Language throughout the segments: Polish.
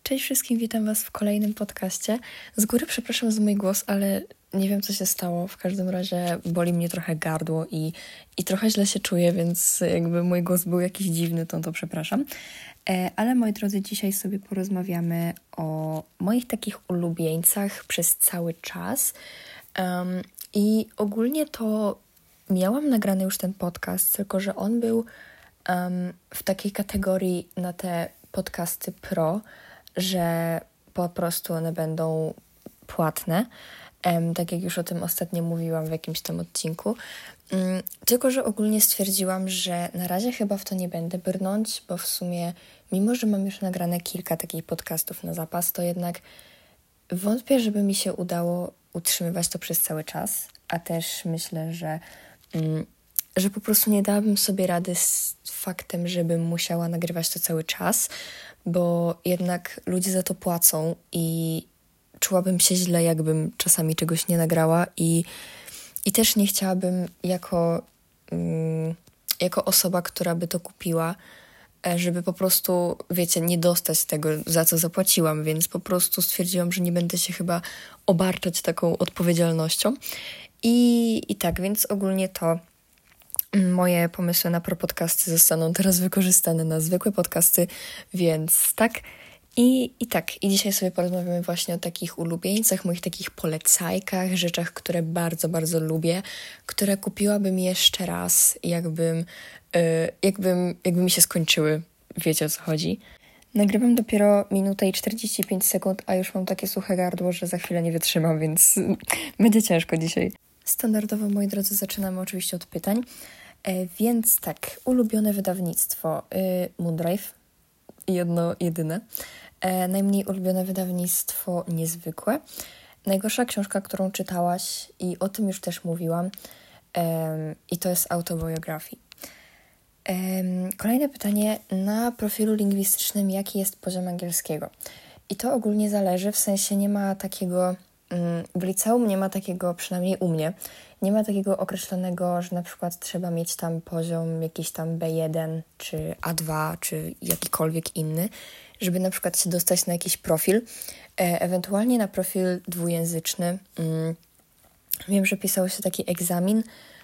Cześć wszystkim, witam Was w kolejnym podcaście. Z góry przepraszam za mój głos, ale nie wiem, co się stało. W każdym razie boli mnie trochę gardło i trochę źle się czuję, więc jakby mój głos był jakiś dziwny, to przepraszam. Ale moi drodzy, dzisiaj sobie porozmawiamy o moich takich ulubieńcach przez cały czas. I ogólnie to miałam nagrany już ten podcast, tylko że on był w takiej kategorii na te podcasty pro, że po prostu one będą płatne, tak jak już o tym ostatnio mówiłam w jakimś tam odcinku. Tylko że ogólnie stwierdziłam, że na razie chyba w to nie będę brnąć, bo w sumie, mimo że mam już nagrane kilka takich podcastów na zapas, to jednak wątpię, żeby mi się udało utrzymywać to przez cały czas, a też myślę, że po prostu nie dałabym sobie rady z faktem, żebym musiała nagrywać to cały czas, bo jednak ludzie za to płacą i czułabym się źle, jakbym czasami czegoś nie nagrała i też nie chciałabym jako osoba, która by to kupiła, żeby po prostu, wiecie, nie dostać tego, za co zapłaciłam, więc po prostu stwierdziłam, że nie będę się chyba obarczać taką odpowiedzialnością. I tak, więc ogólnie to moje pomysły na podcasty zostaną teraz wykorzystane na zwykłe podcasty, więc tak. I dzisiaj sobie porozmawiamy właśnie o takich ulubieńcach, moich takich polecajkach, rzeczach, które bardzo, bardzo lubię, które kupiłabym jeszcze raz, jakby mi się skończyły. Wiecie, o co chodzi. Nagrywam dopiero 1:45 sekund, a już mam takie suche gardło, że za chwilę nie wytrzymam, więc będzie ciężko dzisiaj. Standardowo, moi drodzy, zaczynamy oczywiście od pytań. Więc tak, ulubione wydawnictwo Moondrive, jedno, jedyne. Najmniej ulubione wydawnictwo Niezwykłe. Najgorsza książka, którą czytałaś i o tym już też mówiłam, i to jest autobiografii. Kolejne pytanie, na profilu lingwistycznym jaki jest poziom angielskiego? I to ogólnie zależy, w sensie nie ma takiego, w liceum nie ma takiego, przynajmniej u mnie, nie ma takiego określonego, że na przykład trzeba mieć tam poziom jakiś tam B1, czy A2, czy jakikolwiek inny, żeby na przykład się dostać na jakiś profil. Ewentualnie na profil dwujęzyczny. Wiem, że pisało się taki egzamin,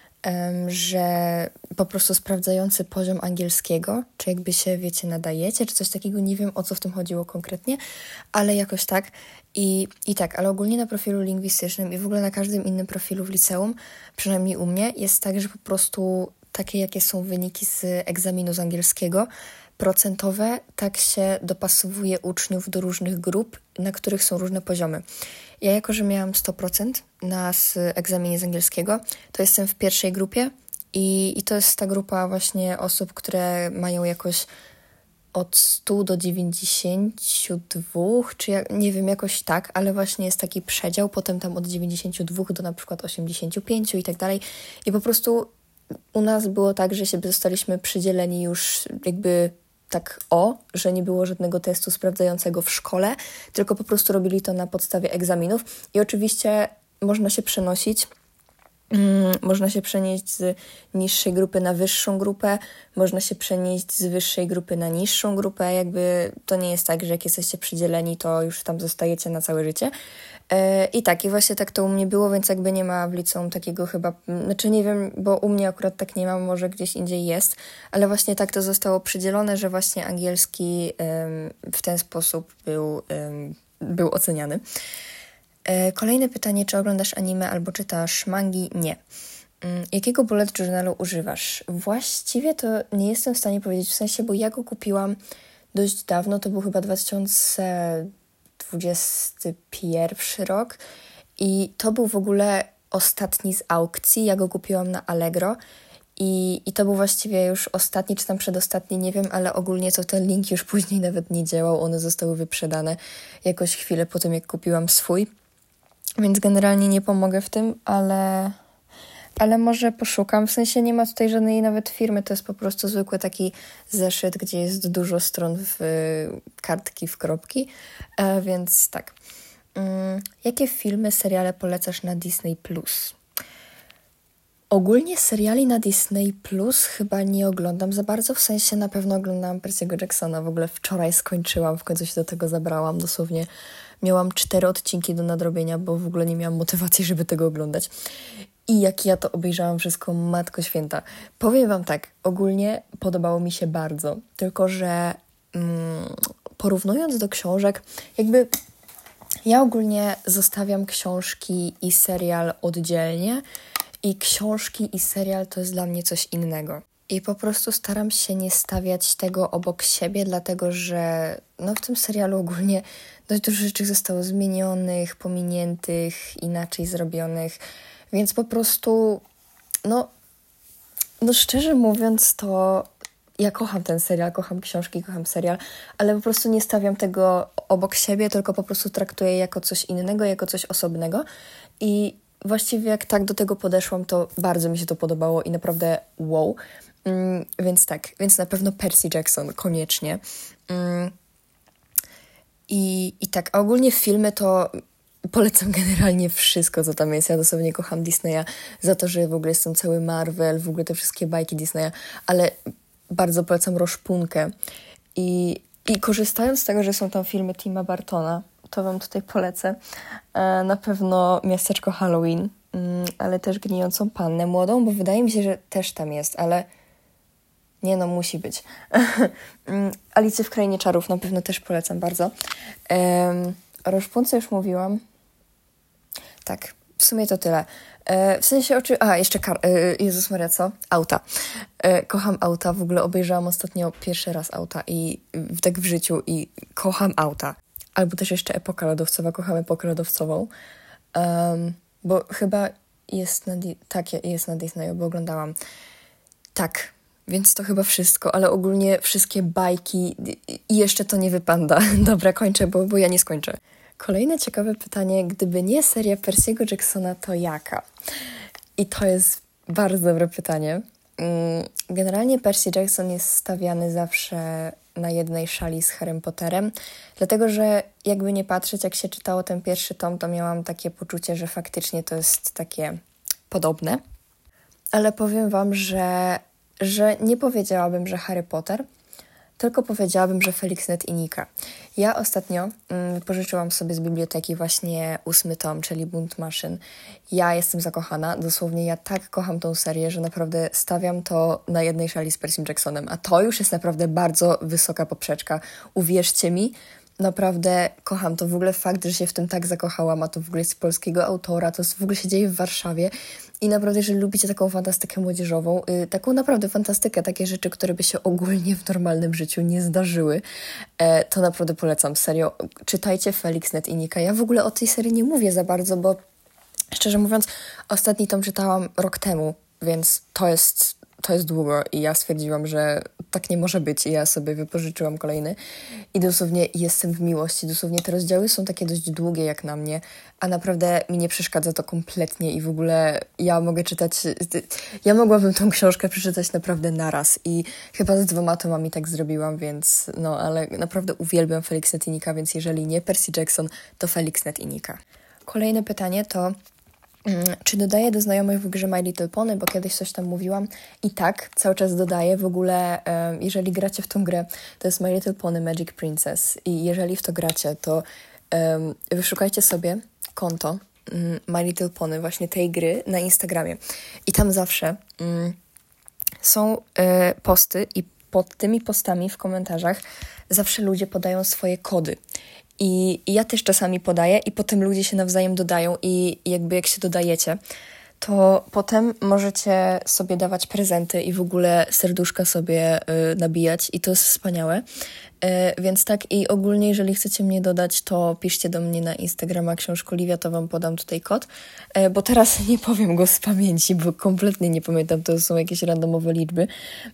że po prostu sprawdzający poziom angielskiego, czy jakby się, wiecie, nadajecie, czy coś takiego, nie wiem, o co w tym chodziło konkretnie, ale jakoś tak. I tak, ale ogólnie na profilu lingwistycznym i w ogóle na każdym innym profilu w liceum, przynajmniej u mnie, jest tak, że po prostu takie, jakie są wyniki z egzaminu z angielskiego, procentowe, tak się dopasowuje uczniów do różnych grup, na których są różne poziomy. Ja jako, że miałam 100% na egzaminie z angielskiego, to jestem w pierwszej grupie i to jest ta grupa właśnie osób, które mają jakoś od 100 do 92, czy nie wiem, jakoś tak, ale właśnie jest taki przedział, potem tam od 92 do na przykład 85 i tak dalej. I po prostu u nas było tak, że się zostaliśmy przydzieleni już jakby tak że nie było żadnego testu sprawdzającego w szkole, tylko po prostu robili to na podstawie egzaminów i oczywiście można się przenosić. Można się przenieść z niższej grupy na wyższą grupę, można się przenieść z wyższej grupy na niższą grupę, jakby to nie jest tak, że jak jesteście przydzieleni, to już tam zostajecie na całe życie. I właśnie tak to u mnie było, więc jakby nie ma w liceum takiego chyba, znaczy nie wiem, bo u mnie akurat tak nie ma, może gdzieś indziej jest, ale właśnie tak to zostało przydzielone, że właśnie angielski w ten sposób był oceniany. Kolejne pytanie, czy oglądasz anime albo czytasz mangi? Nie. Jakiego bullet journalu używasz? Właściwie to nie jestem w stanie powiedzieć, w sensie, bo ja go kupiłam dość dawno, to był chyba 2021 rok i to był w ogóle ostatni z aukcji, ja go kupiłam na Allegro i to był właściwie już ostatni, czy tam przedostatni, nie wiem, ale ogólnie to ten link już później nawet nie działał, one zostały wyprzedane jakoś chwilę po tym, jak kupiłam swój. Więc generalnie nie pomogę w tym, ale może poszukam. W sensie nie ma tutaj żadnej nawet firmy, to jest po prostu zwykły taki zeszyt, gdzie jest dużo stron w kartki, w kropki, więc tak. Jakie filmy, seriale polecasz na Disney+? Ogólnie seriali na Disney Plus chyba nie oglądam za bardzo, w sensie na pewno oglądałam Percy'ego Jacksona, w ogóle wczoraj skończyłam, w końcu się do tego zabrałam, dosłownie miałam 4 odcinki do nadrobienia, bo w ogóle nie miałam motywacji, żeby tego oglądać. I jak ja to obejrzałam wszystko, Matko Święta. Powiem wam tak, ogólnie podobało mi się bardzo, tylko że porównując do książek, jakby ja ogólnie zostawiam książki i serial oddzielnie i książki i serial to jest dla mnie coś innego. I po prostu staram się nie stawiać tego obok siebie, dlatego że w tym serialu ogólnie dość dużo rzeczy zostało zmienionych, pominiętych, inaczej zrobionych, więc po prostu, szczerze mówiąc, to ja kocham ten serial, kocham książki, kocham serial, ale po prostu nie stawiam tego obok siebie, tylko po prostu traktuję jako coś innego, jako coś osobnego i właściwie jak tak do tego podeszłam, to bardzo mi się to podobało i naprawdę wow. Więc na pewno Percy Jackson, koniecznie. I tak, a ogólnie filmy to polecam generalnie wszystko, co tam jest. Ja dosłownie kocham Disneya za to, że w ogóle jest tam cały Marvel, w ogóle te wszystkie bajki Disneya, ale bardzo polecam Roszpunkę. I korzystając z tego, że są tam filmy Tima Burtona, to wam tutaj polecę. Na pewno Miasteczko Halloween, ale też Gnijącą Pannę Młodą, bo wydaje mi się, że też tam jest, ale nie musi być. Alicję w Krainie Czarów na pewno też polecam bardzo. O Roszpunce już mówiłam. Tak, w sumie to tyle. W sensie jeszcze Jezus Maria, co? Auta. Kocham auta, w ogóle obejrzałam ostatnio pierwszy raz auta i tak w życiu i kocham auta. Albo też jeszcze Epoka Lodowcowa, kocham Epokę Lodowcową. Bo chyba jest jest na Disneyu, bo oglądałam. Tak, więc to chyba wszystko, ale ogólnie wszystkie bajki i jeszcze to nie wypada. Dobra, kończę, bo ja nie skończę. Kolejne ciekawe pytanie, gdyby nie seria Percy'ego Jacksona, to jaka? I to jest bardzo dobre pytanie. Generalnie Percy Jackson jest stawiany zawsze na jednej szali z Harrym Potterem, dlatego że jakby nie patrzeć, jak się czytało ten pierwszy tom, to miałam takie poczucie, że faktycznie to jest takie podobne. Ale powiem wam, że nie powiedziałabym, że Harry Potter, tylko powiedziałabym, że Felix Ned i Nika. Ja ostatnio pożyczyłam sobie z biblioteki właśnie 8 tom, czyli Bunt Maszyn. Ja jestem zakochana, dosłownie ja tak kocham tą serię, że naprawdę stawiam to na jednej szali z Percym Jacksonem, a to już jest naprawdę bardzo wysoka poprzeczka. Uwierzcie mi, naprawdę kocham to. W ogóle fakt, że się w tym tak zakochałam, a to w ogóle jest polskiego autora, to w ogóle się dzieje w Warszawie i naprawdę, jeżeli lubicie taką fantastykę młodzieżową, taką naprawdę fantastykę, takie rzeczy, które by się ogólnie w normalnym życiu nie zdarzyły, to naprawdę polecam. Serio, czytajcie Felix Ned i Nika. Ja w ogóle o tej serii nie mówię za bardzo, bo szczerze mówiąc, ostatni tom czytałam rok temu, więc to jest długo i ja stwierdziłam, że tak nie może być i ja sobie wypożyczyłam kolejny i dosłownie jestem w miłości. Dosłownie te rozdziały są takie dość długie jak na mnie, a naprawdę mi nie przeszkadza to kompletnie i w ogóle ja mogłabym tą książkę przeczytać naprawdę naraz i chyba z 2 tomami tak zrobiłam, więc ale naprawdę uwielbiam Felix Ned i Nika, więc jeżeli nie Percy Jackson, to Felix Ned i Nika. Kolejne pytanie to czy dodaję do znajomych w grze My Little Pony, bo kiedyś coś tam mówiłam i tak, cały czas dodaję. W ogóle jeżeli gracie w tą grę, to jest My Little Pony Magic Princess i jeżeli w to gracie, to wyszukajcie sobie konto My Little Pony, właśnie tej gry na Instagramie i tam zawsze są posty i pod tymi postami w komentarzach zawsze ludzie podają swoje kody. I ja też czasami podaję i potem ludzie się nawzajem dodają i jakby jak się dodajecie, to potem możecie sobie dawać prezenty i w ogóle serduszka sobie nabijać i to jest wspaniałe. Więc tak i ogólnie, jeżeli chcecie mnie dodać, to piszcie do mnie na Instagrama Książkoliwia, to wam podam tutaj kod, bo teraz nie powiem go z pamięci, bo kompletnie nie pamiętam, to są jakieś randomowe liczby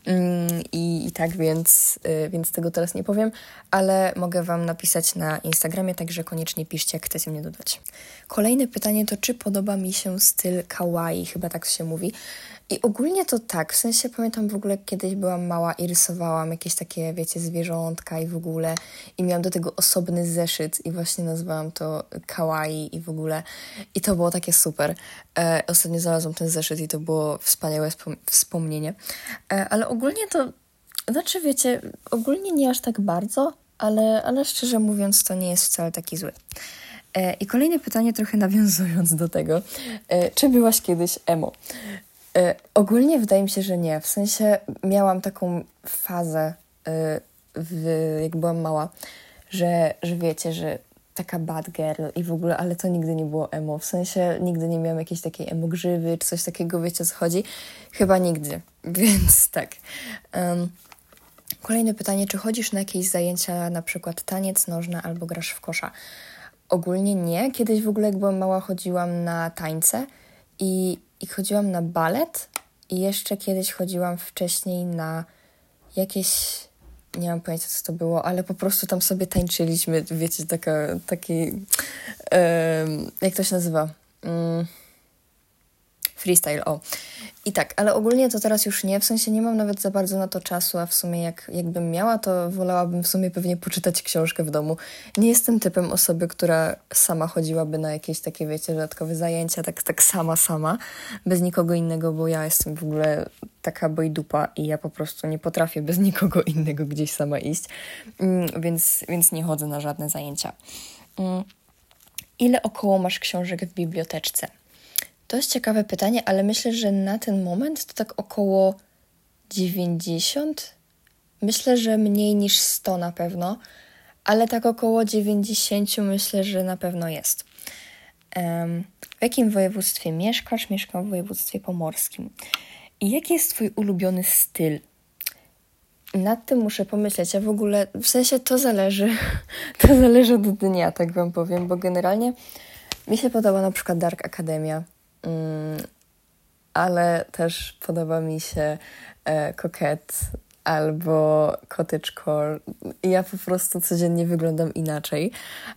i tak, więc tego teraz nie powiem, ale mogę wam napisać na Instagramie, także koniecznie piszcie, jak chcecie mnie dodać. Kolejne pytanie to, czy podoba mi się styl kawaii, chyba tak się mówi. I ogólnie to tak, w sensie pamiętam w ogóle kiedyś byłam mała i rysowałam jakieś takie, wiecie, zwierzątka i w ogóle. I miałam do tego osobny zeszyt i właśnie nazwałam to kawaii i w ogóle. I to było takie super. Ostatnio znalazłam ten zeszyt i to było wspaniałe wspomnienie. Ale ogólnie to, znaczy wiecie, ogólnie nie aż tak bardzo, ale szczerze mówiąc to nie jest wcale taki zły. I kolejne pytanie, trochę nawiązując do tego. Czy byłaś kiedyś emo? Ogólnie wydaje mi się, że nie. W sensie miałam taką fazę, jak byłam mała, że wiecie, że taka bad girl i w ogóle, ale to nigdy nie było emo. W sensie nigdy nie miałam jakiejś takiej emo grzywy, czy coś takiego, wiecie o co chodzi? Chyba nigdy, więc tak. Kolejne pytanie, czy chodzisz na jakieś zajęcia, na przykład taniec, nożna albo grasz w kosza? Ogólnie nie. Kiedyś w ogóle, jak byłam mała, chodziłam na tańce i chodziłam na balet i jeszcze kiedyś chodziłam wcześniej na jakieś, nie mam pojęcia co to było, ale po prostu tam sobie tańczyliśmy, wiecie, taki, jak to się nazywa? Freestyle, o. I tak, ale ogólnie to teraz już nie, w sensie nie mam nawet za bardzo na to czasu, a w sumie jakbym miała, to wolałabym w sumie pewnie poczytać książkę w domu. Nie jestem typem osoby, która sama chodziłaby na jakieś takie, wiecie, dodatkowe zajęcia, tak sama, bez nikogo innego, bo ja jestem w ogóle taka bojdupa i ja po prostu nie potrafię bez nikogo innego gdzieś sama iść, więc nie chodzę na żadne zajęcia. Ile około masz książek w biblioteczce? To jest ciekawe pytanie, ale myślę, że na ten moment to tak około 90. Myślę, że mniej niż 100 na pewno, ale tak około 90 myślę, że na pewno jest. W jakim województwie mieszkasz? Mieszkam w województwie pomorskim. I jaki jest twój ulubiony styl? Nad tym muszę pomyśleć. Ja w ogóle, w sensie to zależy od dnia, tak wam powiem, bo generalnie mi się podoba na przykład Dark Academia, ale też podoba mi się Coquette albo Cottagecore. Ja po prostu codziennie wyglądam inaczej.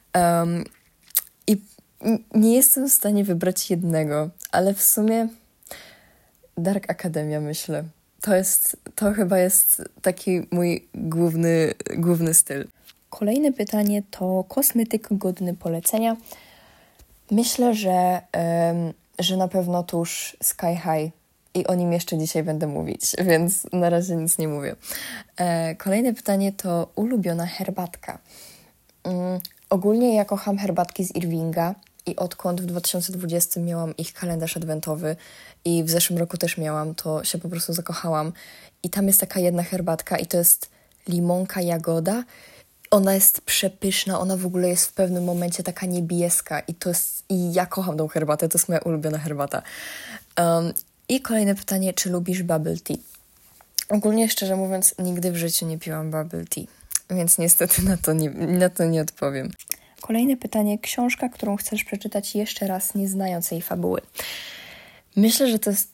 I nie jestem w stanie wybrać jednego, ale w sumie Dark Academia, myślę. To chyba jest taki mój główny styl. Kolejne pytanie to kosmetyk godny polecenia. Myślę, że na pewno tusz Sky High i o nim jeszcze dzisiaj będę mówić, więc na razie nic nie mówię. Kolejne pytanie to ulubiona herbatka. Ogólnie ja kocham herbatki z Irvinga i odkąd w 2020 miałam ich kalendarz adwentowy i w zeszłym roku też miałam, to się po prostu zakochałam. I tam jest taka jedna herbatka i to jest limonka jagoda. Ona jest przepyszna, ona w ogóle jest w pewnym momencie taka niebieska i ja kocham tą herbatę, to jest moja ulubiona herbata. I kolejne pytanie, czy lubisz bubble tea? Ogólnie, szczerze mówiąc, nigdy w życiu nie piłam bubble tea, więc niestety na to nie odpowiem. Kolejne pytanie, książka, którą chcesz przeczytać jeszcze raz, nie znając jej fabuły. Myślę, że to jest...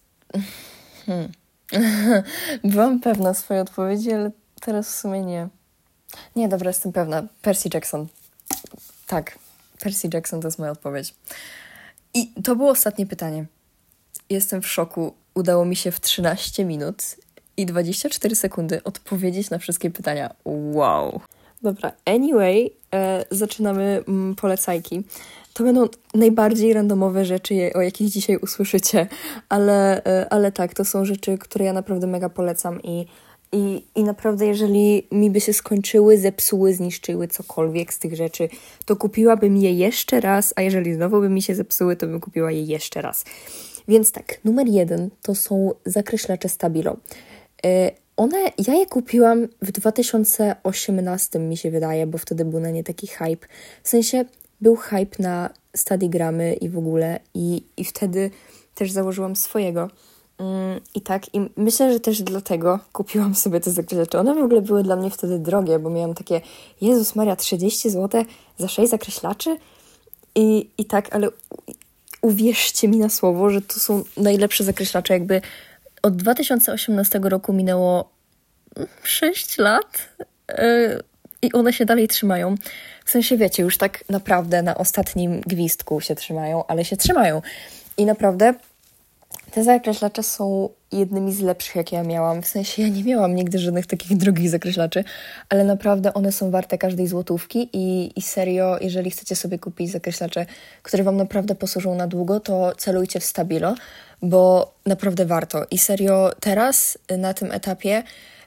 Byłam pewna swojej odpowiedzi, ale teraz w sumie nie. Nie, dobra, jestem pewna. Percy Jackson. Tak, Percy Jackson to jest moja odpowiedź. I to było ostatnie pytanie. Jestem w szoku. Udało mi się w 13 minut i 24 sekundy odpowiedzieć na wszystkie pytania. Wow. Dobra, anyway, zaczynamy polecajki. To będą najbardziej randomowe rzeczy, o jakich dzisiaj usłyszycie, ale tak, to są rzeczy, które ja naprawdę mega polecam i naprawdę, jeżeli mi by się skończyły, zepsuły, zniszczyły cokolwiek z tych rzeczy, to kupiłabym je jeszcze raz, a jeżeli znowu by mi się zepsuły, to bym kupiła je jeszcze raz. Więc tak, numer 1 to są zakreślacze Stabilo. Ja je kupiłam w 2018, mi się wydaje, bo wtedy był na nie taki hype. W sensie był hype na Stadigramy i w ogóle i wtedy też założyłam swojego. I tak, i myślę, że też dlatego kupiłam sobie te zakreślacze. One w ogóle były dla mnie wtedy drogie, bo miałam takie, Jezus Maria, 30 zł za 6 zakreślaczy? I tak, ale uwierzcie mi na słowo, że to są najlepsze zakreślacze. Jakby od 2018 roku minęło 6 lat i one się dalej trzymają. W sensie, wiecie, już tak naprawdę na ostatnim gwizdku się trzymają, ale się trzymają. I naprawdę Te zakreślacze są jednymi z lepszych, jakie ja miałam. W sensie ja nie miałam nigdy żadnych takich drogich zakreślaczy, ale naprawdę one są warte każdej złotówki i serio, jeżeli chcecie sobie kupić zakreślacze, które wam naprawdę posłużą na długo, to celujcie w Stabilo, bo naprawdę warto. I serio, teraz na tym etapie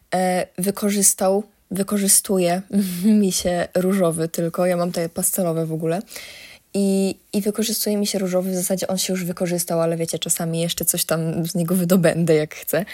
wykorzystuje mi się różowy tylko. Ja mam te pastelowe w ogóle. I wykorzystuje mi się różowy, w zasadzie on się już wykorzystał, ale wiecie, czasami jeszcze coś tam z niego wydobędę jak chcę,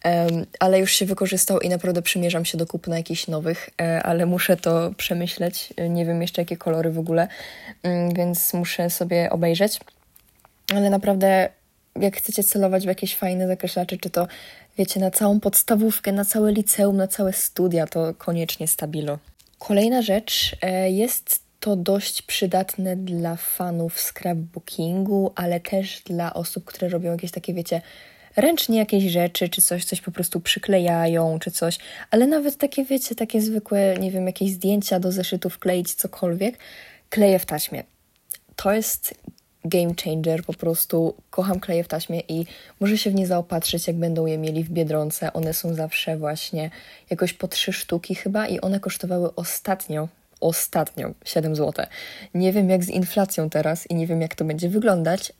ale już się wykorzystał i naprawdę przymierzam się do kupna jakichś nowych, ale muszę to przemyśleć, nie wiem jeszcze jakie kolory w ogóle, więc muszę sobie obejrzeć, ale naprawdę jak chcecie celować w jakieś fajne zakreślacze, czy to wiecie, na całą podstawówkę, na całe liceum, na całe studia, to koniecznie Stabilo. Kolejna rzecz jest to dość przydatne dla fanów scrapbookingu, ale też dla osób, które robią jakieś takie, wiecie, ręcznie jakieś rzeczy, czy coś po prostu przyklejają, czy coś, ale nawet takie, wiecie, takie zwykłe, nie wiem, jakieś zdjęcia do zeszytów kleić, cokolwiek, kleję w taśmie. To jest game changer, po prostu kocham kleje w taśmie i może się w nie zaopatrzyć, jak będą je mieli w Biedronce. One są zawsze właśnie jakoś po 3 sztuki chyba i one kosztowały ostatnio 7 zł. Nie wiem jak z inflacją teraz i nie wiem jak to będzie wyglądać,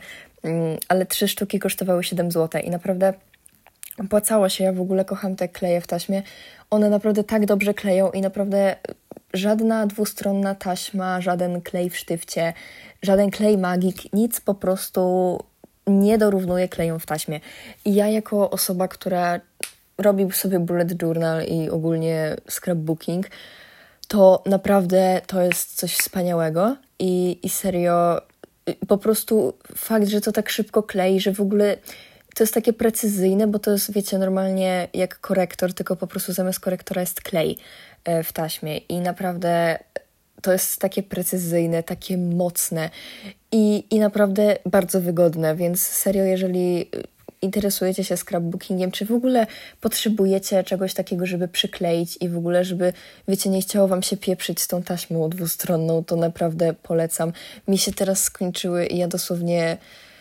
ale 3 sztuki kosztowały 7 zł i naprawdę opłacało się. Ja w ogóle kocham te kleje w taśmie. One naprawdę tak dobrze kleją i naprawdę żadna dwustronna taśma, żaden klej w sztywcie, żaden klej magik, nic po prostu nie dorównuje klejom w taśmie. I ja jako osoba, która robi sobie bullet journal i ogólnie scrapbooking, to naprawdę to jest coś wspaniałego i serio po prostu fakt, że to tak szybko klei, że w ogóle to jest takie precyzyjne, bo to jest, wiecie, normalnie jak korektor, tylko po prostu zamiast korektora jest klej w taśmie i naprawdę to jest takie precyzyjne, takie mocne i naprawdę bardzo wygodne, więc serio, jeżeli interesujecie się scrapbookingiem, czy w ogóle potrzebujecie czegoś takiego, żeby przykleić i w ogóle, żeby, wiecie, nie chciało wam się pieprzyć z tą taśmą dwustronną, to naprawdę polecam. Mi się teraz skończyły i ja dosłownie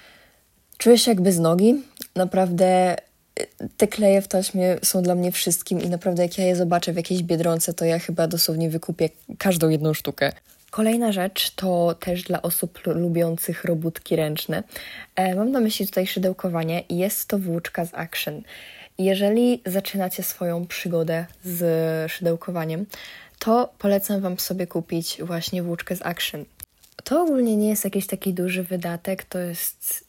czuję się jak bez nogi. Naprawdę te kleje w taśmie są dla mnie wszystkim i naprawdę jak ja je zobaczę w jakiejś Biedronce, to ja chyba dosłownie wykupię każdą jedną sztukę. Kolejna rzecz to też dla osób lubiących robótki ręczne. Mam na myśli tutaj szydełkowanie i jest to włóczka z Action. Jeżeli zaczynacie swoją przygodę z szydełkowaniem, to polecam wam sobie kupić właśnie włóczkę z Action. To ogólnie nie jest jakiś taki duży wydatek, to jest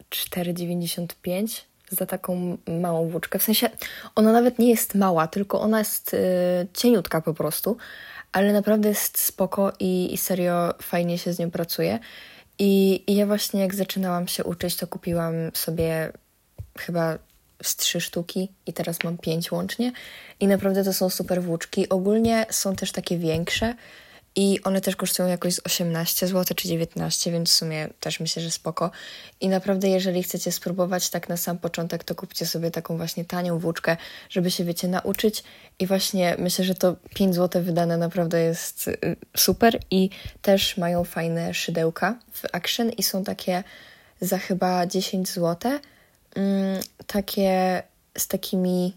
4,95 za taką małą włóczkę. W sensie ona nawet nie jest mała, tylko ona jest cieniutka po prostu, ale naprawdę jest spoko i serio fajnie się z nią pracuje. I ja właśnie jak zaczynałam się uczyć, to kupiłam sobie chyba z 3 sztuki i teraz mam 5 łącznie. I naprawdę to są super włóczki. Ogólnie są też takie większe i one też kosztują jakoś z 18 zł czy 19, więc w sumie też myślę, że spoko. I naprawdę jeżeli chcecie spróbować tak na sam początek, to kupcie sobie taką właśnie tanią włóczkę, żeby się, wiecie, nauczyć. I właśnie myślę, że to 5 zł wydane naprawdę jest super i też mają fajne szydełka w Action i są takie za chyba 10 zł. Takie z takimi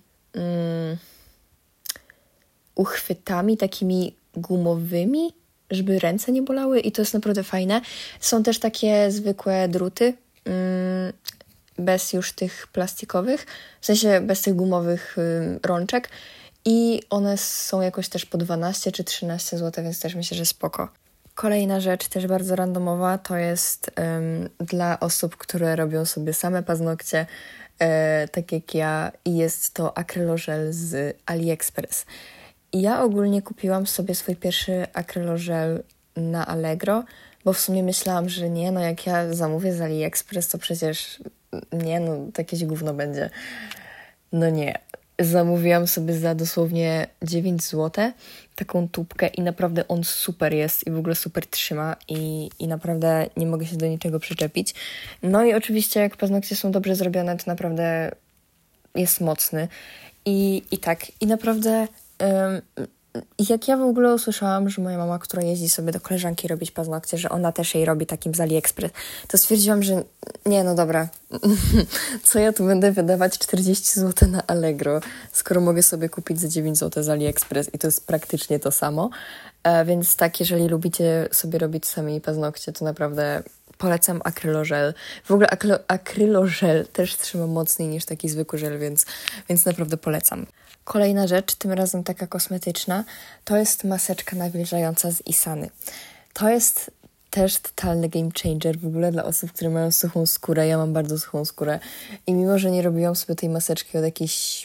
uchwytami, takimi gumowymi, żeby ręce nie bolały i to jest naprawdę fajne. Są też takie zwykłe druty, bez już tych plastikowych, w sensie bez tych gumowych rączek i one są jakoś też po 12 czy 13 zł, więc też myślę, że spoko. Kolejna rzecz, też bardzo randomowa, to jest dla osób, które robią sobie same paznokcie, tak jak ja, i jest to akrylożel z AliExpress. I ja ogólnie kupiłam sobie swój pierwszy akrylożel na Allegro, bo w sumie myślałam, że nie, no jak ja zamówię z AliExpress, to przecież nie, no jakieś gówno będzie. No nie. Zamówiłam sobie za dosłownie 9 zł taką tubkę i naprawdę on super jest i w ogóle super trzyma i naprawdę nie mogę się do niczego przyczepić. No i oczywiście jak paznokcie są dobrze zrobione, to naprawdę jest mocny. I tak, i naprawdę jak ja w ogóle usłyszałam, że moja mama, która jeździ sobie do koleżanki robić paznokcie, że ona też jej robi takim z AliExpress, to stwierdziłam, że nie, no dobra, co ja tu będę wydawać 40 zł na Allegro, skoro mogę sobie kupić za 9 zł z AliExpress i to jest praktycznie to samo. Więc tak, jeżeli lubicie sobie robić sami paznokcie, to naprawdę polecam akrylożel. W ogóle akrylożel też trzyma mocniej niż taki zwykły żel, więc naprawdę polecam. Kolejna rzecz, tym razem taka kosmetyczna, to jest maseczka nawilżająca z Isany. To jest też totalny game changer w ogóle dla osób, które mają suchą skórę. Ja mam bardzo suchą skórę i mimo, że nie robiłam sobie tej maseczki od jakichś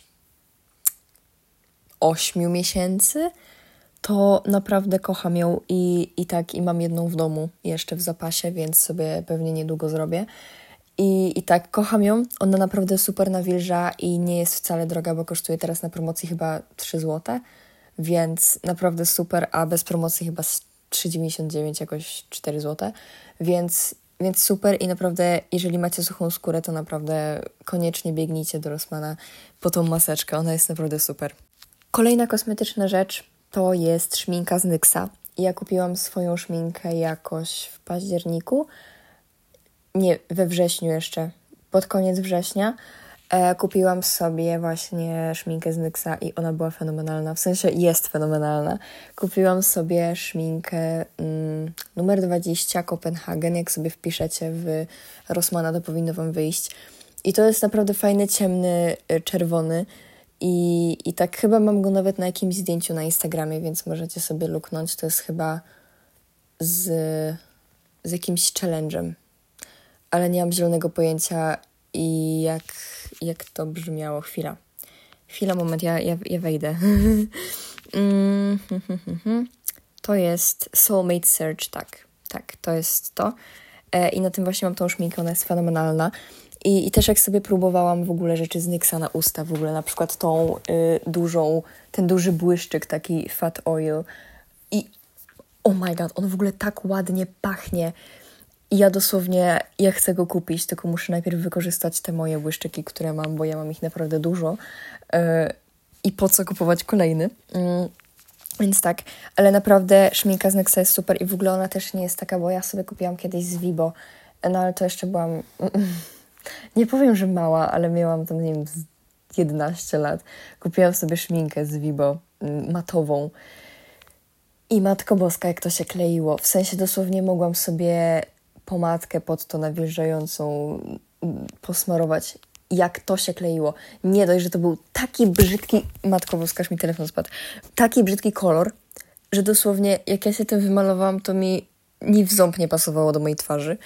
8 miesięcy, to naprawdę kocham ją i mam jedną w domu jeszcze w zapasie, więc sobie pewnie niedługo zrobię. I tak, kocham ją. Ona naprawdę super nawilża i nie jest wcale droga, bo kosztuje teraz na promocji chyba 3 zł, więc naprawdę super, a bez promocji chyba 3,99, jakoś 4 zł, więc super i naprawdę, jeżeli macie suchą skórę, to naprawdę koniecznie biegnijcie do Rossmana po tą maseczkę, ona jest naprawdę super. Kolejna kosmetyczna rzecz to jest szminka z NYX-a. Ja kupiłam swoją szminkę jakoś w październiku, nie, we wrześniu jeszcze, pod koniec września. Kupiłam sobie właśnie szminkę z NYX-a i ona była fenomenalna, w sensie jest fenomenalna. Kupiłam sobie szminkę numer 20 Kopenhagen, jak sobie wpiszecie w Rossmana, to powinno wam wyjść. I to jest naprawdę fajny, ciemny, czerwony i tak chyba mam go nawet na jakimś zdjęciu na Instagramie, więc możecie sobie luknąć. To jest chyba z jakimś challenge'em, ale nie mam zielonego pojęcia i jak to brzmiało. Chwila, moment, ja wejdę. To jest Soulmate Search, tak, to jest to. I na tym właśnie mam tą szminkę, ona jest fenomenalna. I też jak sobie próbowałam w ogóle rzeczy z NYX-a na usta, w ogóle na przykład ten duży błyszczyk, taki fat oil. I oh my god, on w ogóle tak ładnie pachnie. I ja chcę go kupić, tylko muszę najpierw wykorzystać te moje błyszczyki, które mam, bo ja mam ich naprawdę dużo. I po co kupować kolejny? Więc tak, ale naprawdę szminka z NYX-a jest super i w ogóle ona też nie jest taka, bo ja sobie kupiłam kiedyś z Vibo, no ale to jeszcze byłam, nie powiem, że mała, ale miałam tam, nie wiem, 11 lat. Kupiłam sobie szminkę z Vibo, matową. I matko boska, jak to się kleiło. W sensie dosłownie mogłam sobie pomadkę pod to nawilżającą posmarować, jak to się kleiło. Nie dość, że to był taki brzydki, matko boska, aż mi telefon spadł, taki brzydki kolor, że dosłownie jak ja się tym wymalowałam, to mi ni w ząb nie pasowało do mojej twarzy.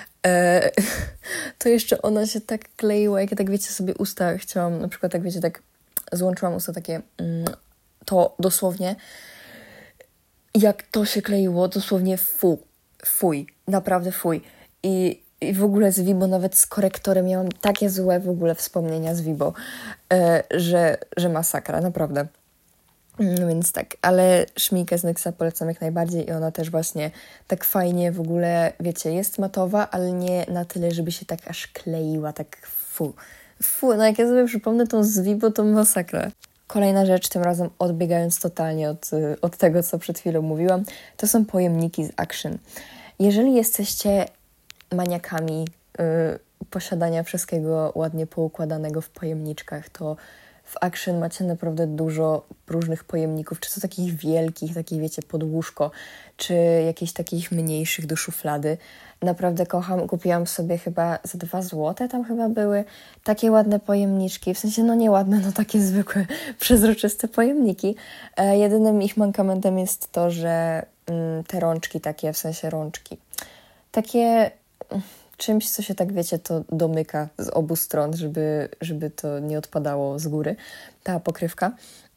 To jeszcze ona się tak kleiła, jak ja tak wiecie sobie usta chciałam, na przykład tak wiecie, tak złączyłam usta takie, to dosłownie jak to się kleiło, dosłownie fuj, naprawdę fuj. I w ogóle z Vibo, nawet z korektorem, miałam takie złe w ogóle wspomnienia z Vibo, że masakra, naprawdę. Więc tak, ale szminkę z NYX-a polecam jak najbardziej i ona też właśnie tak fajnie w ogóle, wiecie, jest matowa, ale nie na tyle, żeby się tak aż kleiła, tak no jak ja sobie przypomnę tą z Vibo, to masakra. Kolejna rzecz, tym razem odbiegając totalnie od tego, co przed chwilą mówiłam, to są pojemniki z Action. Jeżeli jesteście maniakami posiadania wszystkiego ładnie poukładanego w pojemniczkach, to w Action macie naprawdę dużo różnych pojemników, czy to takich wielkich, takich wiecie, pod łóżko, czy jakichś takich mniejszych do szuflady. Naprawdę kocham, kupiłam sobie chyba za 2 zł, tam chyba były takie ładne pojemniczki, w sensie no nie ładne, no takie zwykłe, przezroczyste pojemniki. Jedynym ich mankamentem jest to, że te rączki takie, w sensie rączki, takie czymś, co się tak wiecie, to domyka z obu stron, żeby to nie odpadało z góry, ta pokrywka,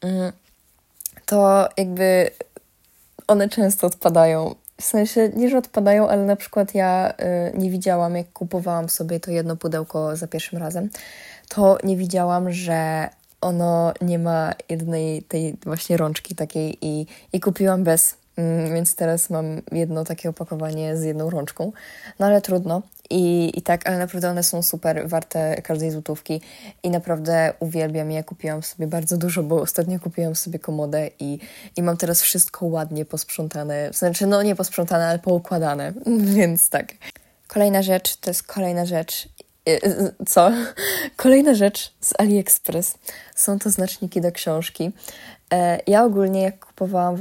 to jakby one często odpadają. W sensie nie, że odpadają, ale na przykład ja nie widziałam, jak kupowałam sobie to jedno pudełko za pierwszym razem, to nie widziałam, że ono nie ma jednej tej właśnie rączki takiej i kupiłam bez. więc teraz mam jedno takie opakowanie z jedną rączką, no ale trudno. I tak, ale naprawdę one są super, warte każdej złotówki i naprawdę uwielbiam je. Kupiłam sobie bardzo dużo, bo ostatnio kupiłam sobie komodę i mam teraz wszystko ładnie posprzątane, znaczy no nie posprzątane, ale poukładane, więc tak. Kolejna rzecz, to jest kolejna rzecz. Co? Kolejna rzecz z AliExpress. Są to znaczniki do książki. Ja ogólnie jak kupowałam w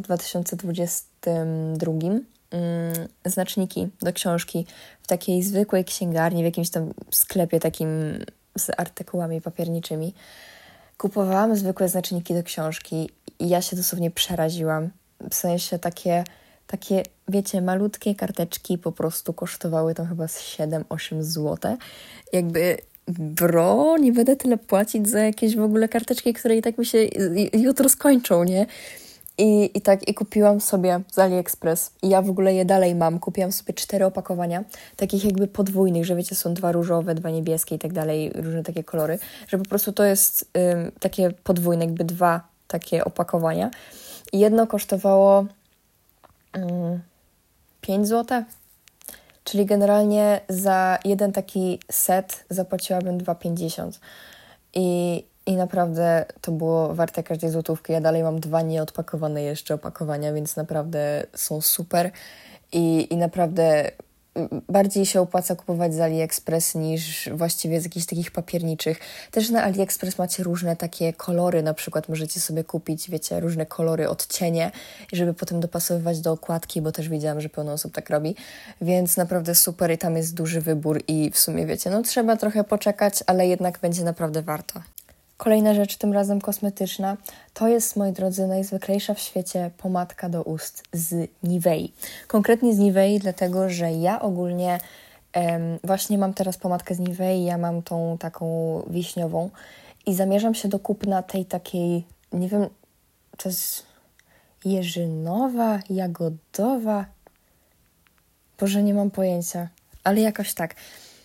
2022 znaczniki do książki w takiej zwykłej księgarni, w jakimś tam sklepie takim z artykułami papierniczymi, kupowałam zwykłe znaczniki do książki i ja się dosłownie przeraziłam. W sensie takie, wiecie, malutkie karteczki po prostu kosztowały tam chyba z 7-8 zł. Jakby, bro, nie będę tyle płacić za jakieś w ogóle karteczki, które i tak mi się jutro skończą, nie? I kupiłam sobie z AliExpress i ja w ogóle je dalej mam. Kupiłam sobie 4 opakowania, takich jakby podwójnych, że wiecie, są 2 różowe, 2 niebieskie i tak dalej, różne takie kolory, że po prostu to jest takie podwójne, jakby 2 takie opakowania. I jedno kosztowało 5 zł, czyli generalnie za jeden taki set zapłaciłabym 2,50. I naprawdę to było warte każdej złotówki. Ja dalej mam 2 nieodpakowane jeszcze opakowania, więc naprawdę są super i naprawdę bardziej się opłaca kupować z AliExpress niż właściwie z jakichś takich papierniczych. Też na AliExpress macie różne takie kolory, na przykład możecie sobie kupić, wiecie, różne kolory, odcienie, żeby potem dopasowywać do okładki, bo też widziałam, że pełno osób tak robi, więc naprawdę super i tam jest duży wybór i w sumie wiecie, no trzeba trochę poczekać, ale jednak będzie naprawdę warto. Kolejna rzecz, tym razem kosmetyczna, to jest, moi drodzy, najzwyklejsza w świecie pomadka do ust z Nivei. Konkretnie z Nivei, dlatego że ja ogólnie właśnie mam teraz pomadkę z Nivei, ja mam tą taką wiśniową i zamierzam się do kupna tej takiej, nie wiem, to jest jeżynowa, jagodowa, Boże, nie mam pojęcia, ale jakoś tak.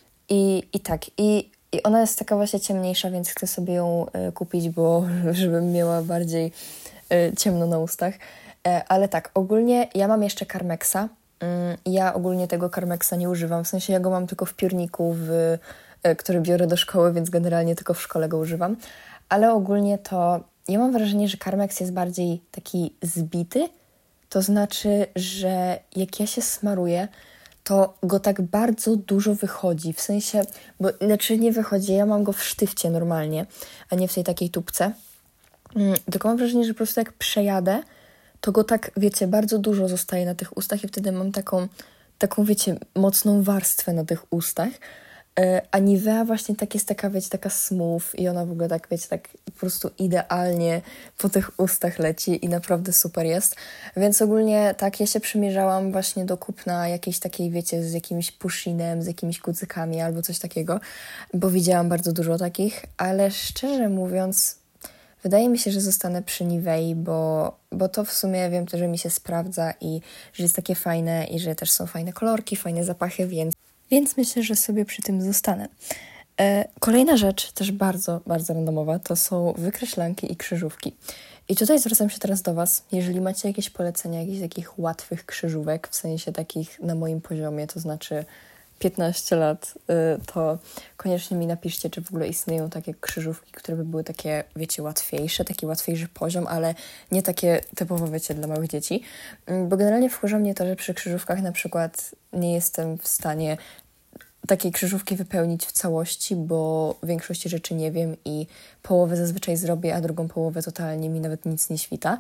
I ona jest taka właśnie ciemniejsza, więc chcę sobie ją kupić, bo żebym miała bardziej ciemno na ustach. Ale tak, ogólnie ja mam jeszcze Carmexa. Ja ogólnie tego Carmexa nie używam, w sensie ja go mam tylko w piórniku, który biorę do szkoły, więc generalnie tylko w szkole go używam. Ale ogólnie to ja mam wrażenie, że Carmex jest bardziej taki zbity. To znaczy, że jak ja się smaruję, to go tak bardzo dużo wychodzi, w sensie, bo znaczy nie wychodzi, ja mam go w sztywcie normalnie, a nie w tej takiej tubce. Tylko mam wrażenie, że po prostu jak przejadę, to go tak, wiecie, bardzo dużo zostaje na tych ustach i wtedy mam taką wiecie, mocną warstwę na tych ustach. A Nivea właśnie tak jest taka, wiecie, taka smooth i ona w ogóle tak, wiecie, tak po prostu idealnie po tych ustach leci i naprawdę super jest. Więc ogólnie tak, ja się przymierzałam właśnie do kupna jakiejś takiej, wiecie, z jakimś pushinem, z jakimiś kucykami albo coś takiego, bo widziałam bardzo dużo takich, ale szczerze mówiąc, wydaje mi się, że zostanę przy Nivei, bo to w sumie wiem też, że mi się sprawdza i że jest takie fajne i że też są fajne kolorki, fajne zapachy, więc myślę, że sobie przy tym zostanę. Kolejna rzecz, też bardzo, bardzo randomowa, to są wykreślanki i krzyżówki. I tutaj zwracam się teraz do Was, jeżeli macie jakieś polecenia, jakichś takich łatwych krzyżówek, w sensie takich na moim poziomie, to znaczy 15 lat, to koniecznie mi napiszcie, czy w ogóle istnieją takie krzyżówki, które by były takie, wiecie, łatwiejsze, taki łatwiejszy poziom, ale nie takie typowo, wiecie, dla małych dzieci. Bo generalnie wkurza mnie to, że przy krzyżówkach na przykład nie jestem w stanie takiej krzyżówki wypełnić w całości, bo większości rzeczy nie wiem i połowę zazwyczaj zrobię, a drugą połowę totalnie mi nawet nic nie świta.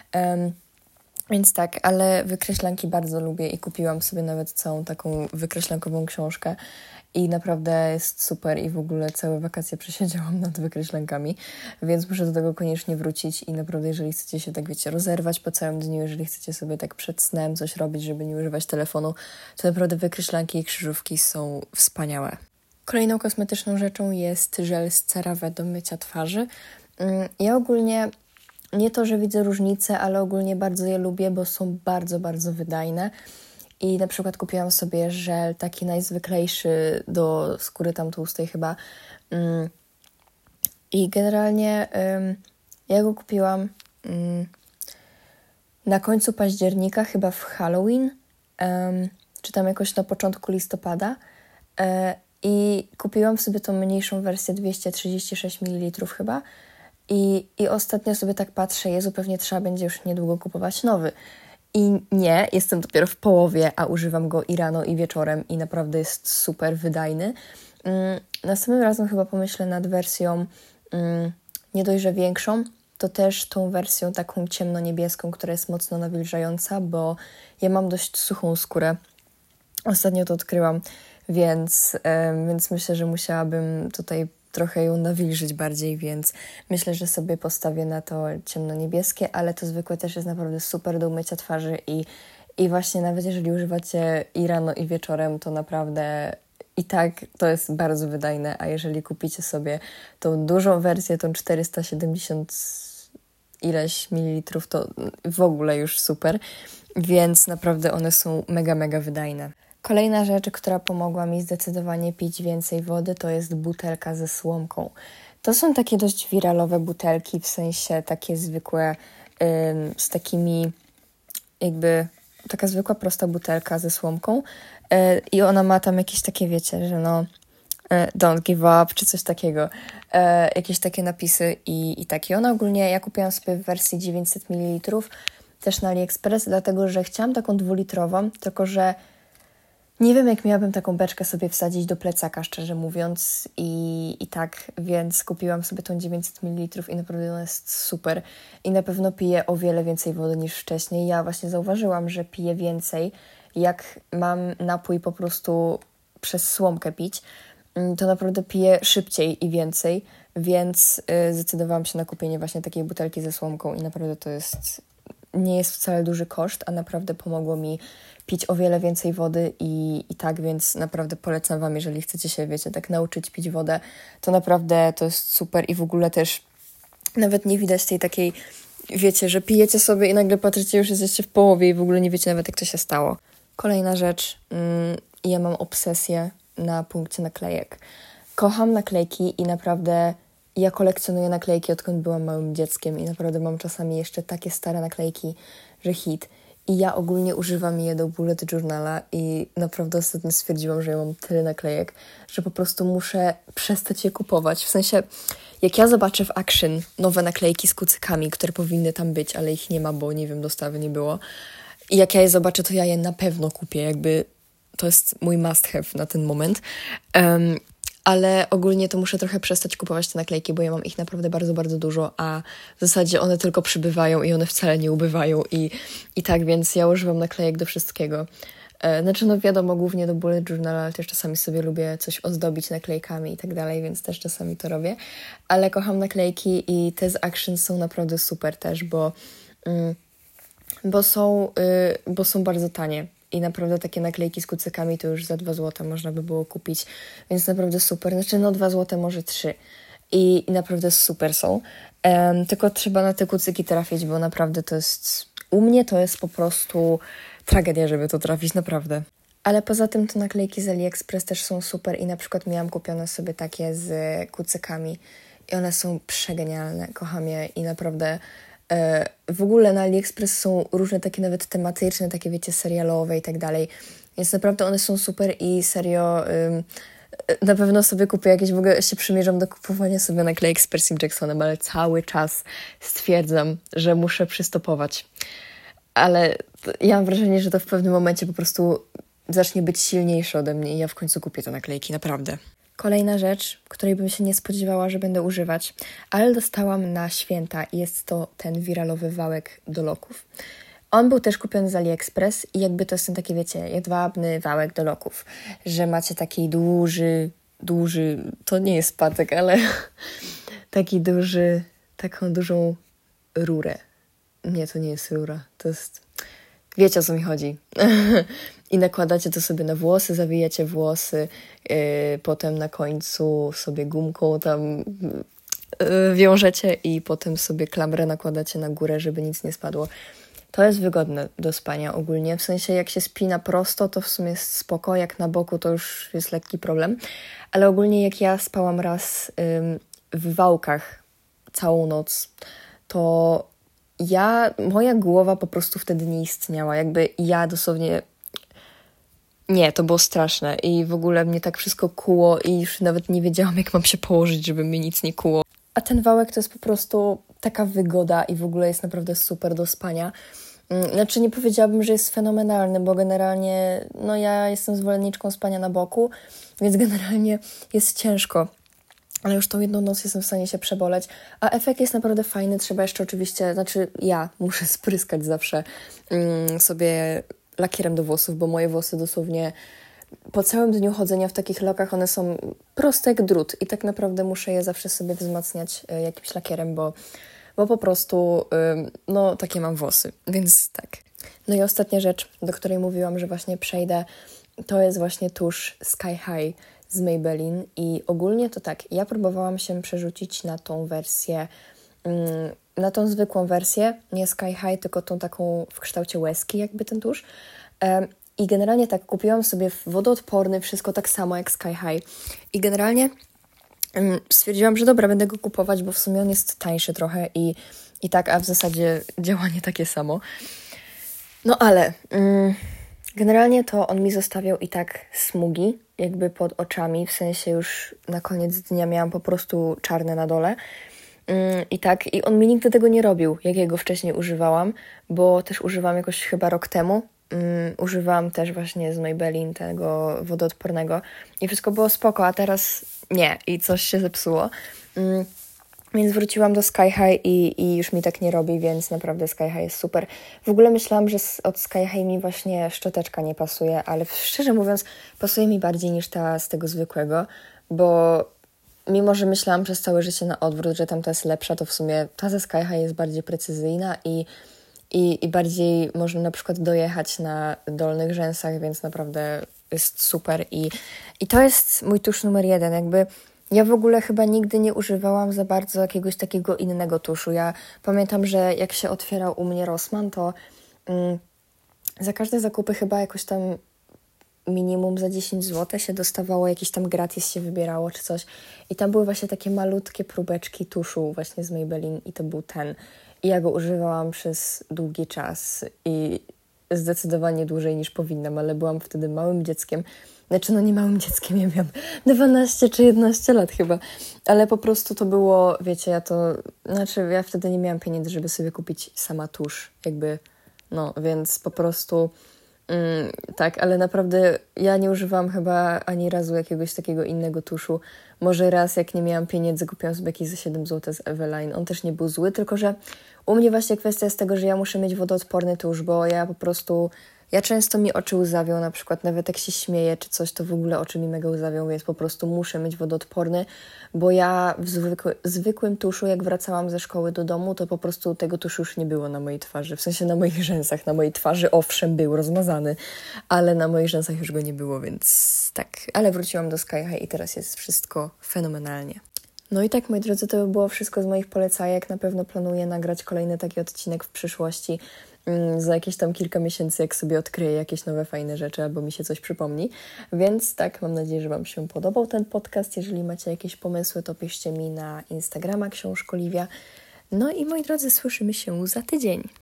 Więc tak, ale wykreślanki bardzo lubię i kupiłam sobie nawet całą taką wykreślankową książkę i naprawdę jest super i w ogóle całe wakacje przesiedziałam nad wykreślankami, więc muszę do tego koniecznie wrócić i naprawdę jeżeli chcecie się tak, wiecie, rozerwać po całym dniu, jeżeli chcecie sobie tak przed snem coś robić, żeby nie używać telefonu, to naprawdę wykreślanki i krzyżówki są wspaniałe. Kolejną kosmetyczną rzeczą jest żel z CeraVe do mycia twarzy. Ja ogólnie nie to, że widzę różnice, ale ogólnie bardzo je lubię, bo są bardzo, bardzo wydajne. I na przykład kupiłam sobie żel taki najzwyklejszy do skóry tam tłustej chyba. I generalnie ja go kupiłam na końcu października, chyba w Halloween, czy tam jakoś na początku listopada, i kupiłam sobie tą mniejszą wersję 236 ml chyba i ostatnio sobie tak patrzę, Jezu, pewnie trzeba będzie już niedługo kupować nowy. I nie, jestem dopiero w połowie, a używam go i rano, i wieczorem i naprawdę jest super wydajny. Następnym razem chyba pomyślę nad wersją nie dość, że większą, to też tą wersją taką ciemno-niebieską, która jest mocno nawilżająca, bo ja mam dość suchą skórę. Ostatnio to odkryłam, więc myślę, że musiałabym tutaj trochę ją nawilżyć bardziej, więc myślę, że sobie postawię na to ciemno-niebieskie, ale to zwykłe też jest naprawdę super do umycia twarzy i właśnie nawet jeżeli używacie i rano, i wieczorem, to naprawdę i tak to jest bardzo wydajne, a jeżeli kupicie sobie tą dużą wersję, tą 470 ileś mililitrów, to w ogóle już super, więc naprawdę one są mega, mega wydajne. Kolejna rzecz, która pomogła mi zdecydowanie pić więcej wody, to jest butelka ze słomką. To są takie dość wiralowe butelki, w sensie takie zwykłe, z takimi jakby taka zwykła, prosta butelka ze słomką i ona ma tam jakieś takie, wiecie, że no don't give up, czy coś takiego. Jakieś takie napisy i takie. Ona ogólnie, ja kupiłam sobie w wersji 900 ml, też na AliExpress, dlatego, że chciałam taką 2-litrową, tylko że nie wiem, jak miałabym taką beczkę sobie wsadzić do plecaka, szczerze mówiąc, i tak, więc kupiłam sobie tą 900 ml i naprawdę ona jest super i na pewno piję o wiele więcej wody niż wcześniej. Ja właśnie zauważyłam, że piję więcej, jak mam napój po prostu przez słomkę pić, to naprawdę piję szybciej i więcej, więc zdecydowałam się na kupienie właśnie takiej butelki ze słomką i naprawdę to nie jest wcale duży koszt, a naprawdę pomogło mi pić o wiele więcej wody i tak, więc naprawdę polecam Wam, jeżeli chcecie się, wiecie, tak nauczyć pić wodę, to naprawdę to jest super i w ogóle też nawet nie widać tej takiej, wiecie, że pijecie sobie i nagle patrzycie, już jesteście w połowie i w ogóle nie wiecie nawet, jak to się stało. Kolejna rzecz, ja mam obsesję na punkcie naklejek. Kocham naklejki i naprawdę ja kolekcjonuję naklejki, odkąd byłam małym dzieckiem i naprawdę mam czasami jeszcze takie stare naklejki, że hit. I ja ogólnie używam je do bullet journala i naprawdę ostatnio stwierdziłam, że ja mam tyle naklejek, że po prostu muszę przestać je kupować. W sensie, jak ja zobaczę w Action nowe naklejki z kucykami, które powinny tam być, ale ich nie ma, bo nie wiem, dostawy nie było. I jak ja je zobaczę, to ja je na pewno kupię. Jakby to jest mój must have na ten moment. Ale ogólnie to muszę trochę przestać kupować te naklejki, bo ja mam ich naprawdę bardzo, bardzo dużo, a w zasadzie one tylko przybywają i one wcale nie ubywają i tak, więc ja używam naklejek do wszystkiego. Znaczy, no wiadomo, głównie do bullet journal, ale też czasami sobie lubię coś ozdobić naklejkami i tak dalej, więc też czasami to robię. Ale kocham naklejki i te z Action są naprawdę super też, bo są bardzo tanie. I naprawdę takie naklejki z kucykami to już za 2 zł można by było kupić, więc naprawdę super. Znaczy, no 2 zł, może 3. I naprawdę super są. Tylko trzeba na te kucyki trafić, bo naprawdę to jest... U mnie to jest po prostu tragedia, żeby to trafić, naprawdę. Ale poza tym to naklejki z AliExpress też są super i na przykład miałam kupione sobie takie z kucykami i one są przegenialne. Kocham je i naprawdę... W ogóle na AliExpress są różne takie nawet tematyczne, takie wiecie, serialowe i tak dalej, więc naprawdę one są super i serio na pewno sobie kupię jakieś, w ogóle się przymierzam do kupowania sobie naklejek z Percy Jacksonem, ale cały czas stwierdzam, że muszę przystopować. Ale ja mam wrażenie, że to w pewnym momencie po prostu zacznie być silniejsze ode mnie i ja w końcu kupię te naklejki, naprawdę. Kolejna rzecz, której bym się nie spodziewała, że będę używać, ale dostałam na święta i jest to ten wiralowy wałek do loków. On był też kupiony z AliExpress i jakby to jest ten taki, wiecie, jedwabny wałek do loków, że macie taki duży, to nie jest patek, ale taką dużą rurę. Nie, to nie jest rura, to jest... Wiecie, o co mi chodzi. I nakładacie to sobie na włosy, zawijacie włosy, potem na końcu sobie gumką tam wiążecie i potem sobie klamrę nakładacie na górę, żeby nic nie spadło. To jest wygodne do spania ogólnie. W sensie, jak się spina prosto, to w sumie jest spoko, jak na boku, to już jest lekki problem. Ale ogólnie jak ja spałam raz w wałkach całą noc, to moja głowa po prostu wtedy nie istniała. Jakby ja dosłownie... Nie, to było straszne i w ogóle mnie tak wszystko kuło i już nawet nie wiedziałam, jak mam się położyć, żeby mnie nic nie kuło. A ten wałek to jest po prostu taka wygoda i w ogóle jest naprawdę super do spania. Znaczy nie powiedziałabym, że jest fenomenalny, bo generalnie ja jestem zwolenniczką spania na boku, więc generalnie jest ciężko. Ale już tą jedną noc jestem w stanie się przeboleć, a efekt jest naprawdę fajny. Trzeba jeszcze oczywiście, ja muszę spryskać zawsze sobie lakierem do włosów, bo moje włosy dosłownie po całym dniu chodzenia w takich lokach, one są proste jak drut i tak naprawdę muszę je zawsze sobie wzmacniać jakimś lakierem, bo po prostu takie mam włosy, więc tak. No i ostatnia rzecz, do której mówiłam, że właśnie przejdę, to jest właśnie tusz Sky High z Maybelline i ogólnie to tak, ja próbowałam się przerzucić na tą wersję, na tą zwykłą wersję, nie Sky High, tylko tą taką w kształcie łezki jakby ten tusz. I generalnie tak, kupiłam sobie wodoodporny, wszystko tak samo jak Sky High. I generalnie stwierdziłam, że dobra, będę go kupować, bo w sumie on jest tańszy trochę i tak, a w zasadzie działanie takie samo. No ale generalnie to on mi zostawiał i tak smugi jakby pod oczami, w sensie już na koniec dnia miałam po prostu czarne na dole. I on mi nigdy tego nie robił, jak ja go wcześniej używałam, bo też używam jakoś chyba rok temu. Używałam też właśnie z Maybelline tego wodoodpornego i wszystko było spoko, a teraz nie i coś się zepsuło. Więc wróciłam do Sky High i już mi tak nie robi, więc naprawdę Sky High jest super. W ogóle myślałam, że od Sky High mi właśnie szczoteczka nie pasuje, ale szczerze mówiąc pasuje mi bardziej niż ta z tego zwykłego, bo mimo, że myślałam przez całe życie na odwrót, że tamta jest lepsza, to w sumie ta ze Sky High jest bardziej precyzyjna i bardziej można na przykład dojechać na dolnych rzęsach, więc naprawdę jest super. I to jest mój tusz numer 1. Jakby ja w ogóle chyba nigdy nie używałam za bardzo jakiegoś takiego innego tuszu. Ja pamiętam, że jak się otwierał u mnie Rossmann, to za każde zakupy chyba jakoś tam minimum za 10 zł się dostawało, jakiś tam gratis się wybierało czy coś. I tam były właśnie takie malutkie próbeczki tuszu właśnie z Maybelline i to był ten. I ja go używałam przez długi czas i zdecydowanie dłużej niż powinnam, ale byłam wtedy małym dzieckiem. Znaczy, nie małym dzieckiem, ja miałam 12 czy 11 lat chyba, ale po prostu to było, wiecie, ja wtedy nie miałam pieniędzy, żeby sobie kupić sama tusz, jakby, więc po prostu tak, ale naprawdę ja nie używałam chyba ani razu jakiegoś takiego innego tuszu. Może raz, jak nie miałam pieniędzy, kupiłam sobie jakiś za 7 zł z Eveline. On też nie był zły, tylko że u mnie właśnie kwestia jest tego, że ja muszę mieć wodoodporny tusz, bo ja często mi oczy łzawią, na przykład nawet jak się śmieję czy coś, to w ogóle oczy mi mega łzawią, więc po prostu muszę mieć wodoodporny, bo ja w zwykłym tuszu, jak wracałam ze szkoły do domu, to po prostu tego tuszu już nie było na mojej twarzy, w sensie na moich rzęsach, na mojej twarzy owszem był rozmazany, ale na moich rzęsach już go nie było, więc tak, ale wróciłam do Sky High i teraz jest wszystko fenomenalnie. No i tak, moi drodzy, to by było wszystko z moich polecajek. Na pewno planuję nagrać kolejny taki odcinek w przyszłości, za jakieś tam kilka miesięcy, jak sobie odkryję jakieś nowe, fajne rzeczy albo mi się coś przypomni. Więc tak, mam nadzieję, że Wam się podobał ten podcast. Jeżeli macie jakieś pomysły, to piszcie mi na Instagrama Książkoliwia. No i moi drodzy, słyszymy się za tydzień.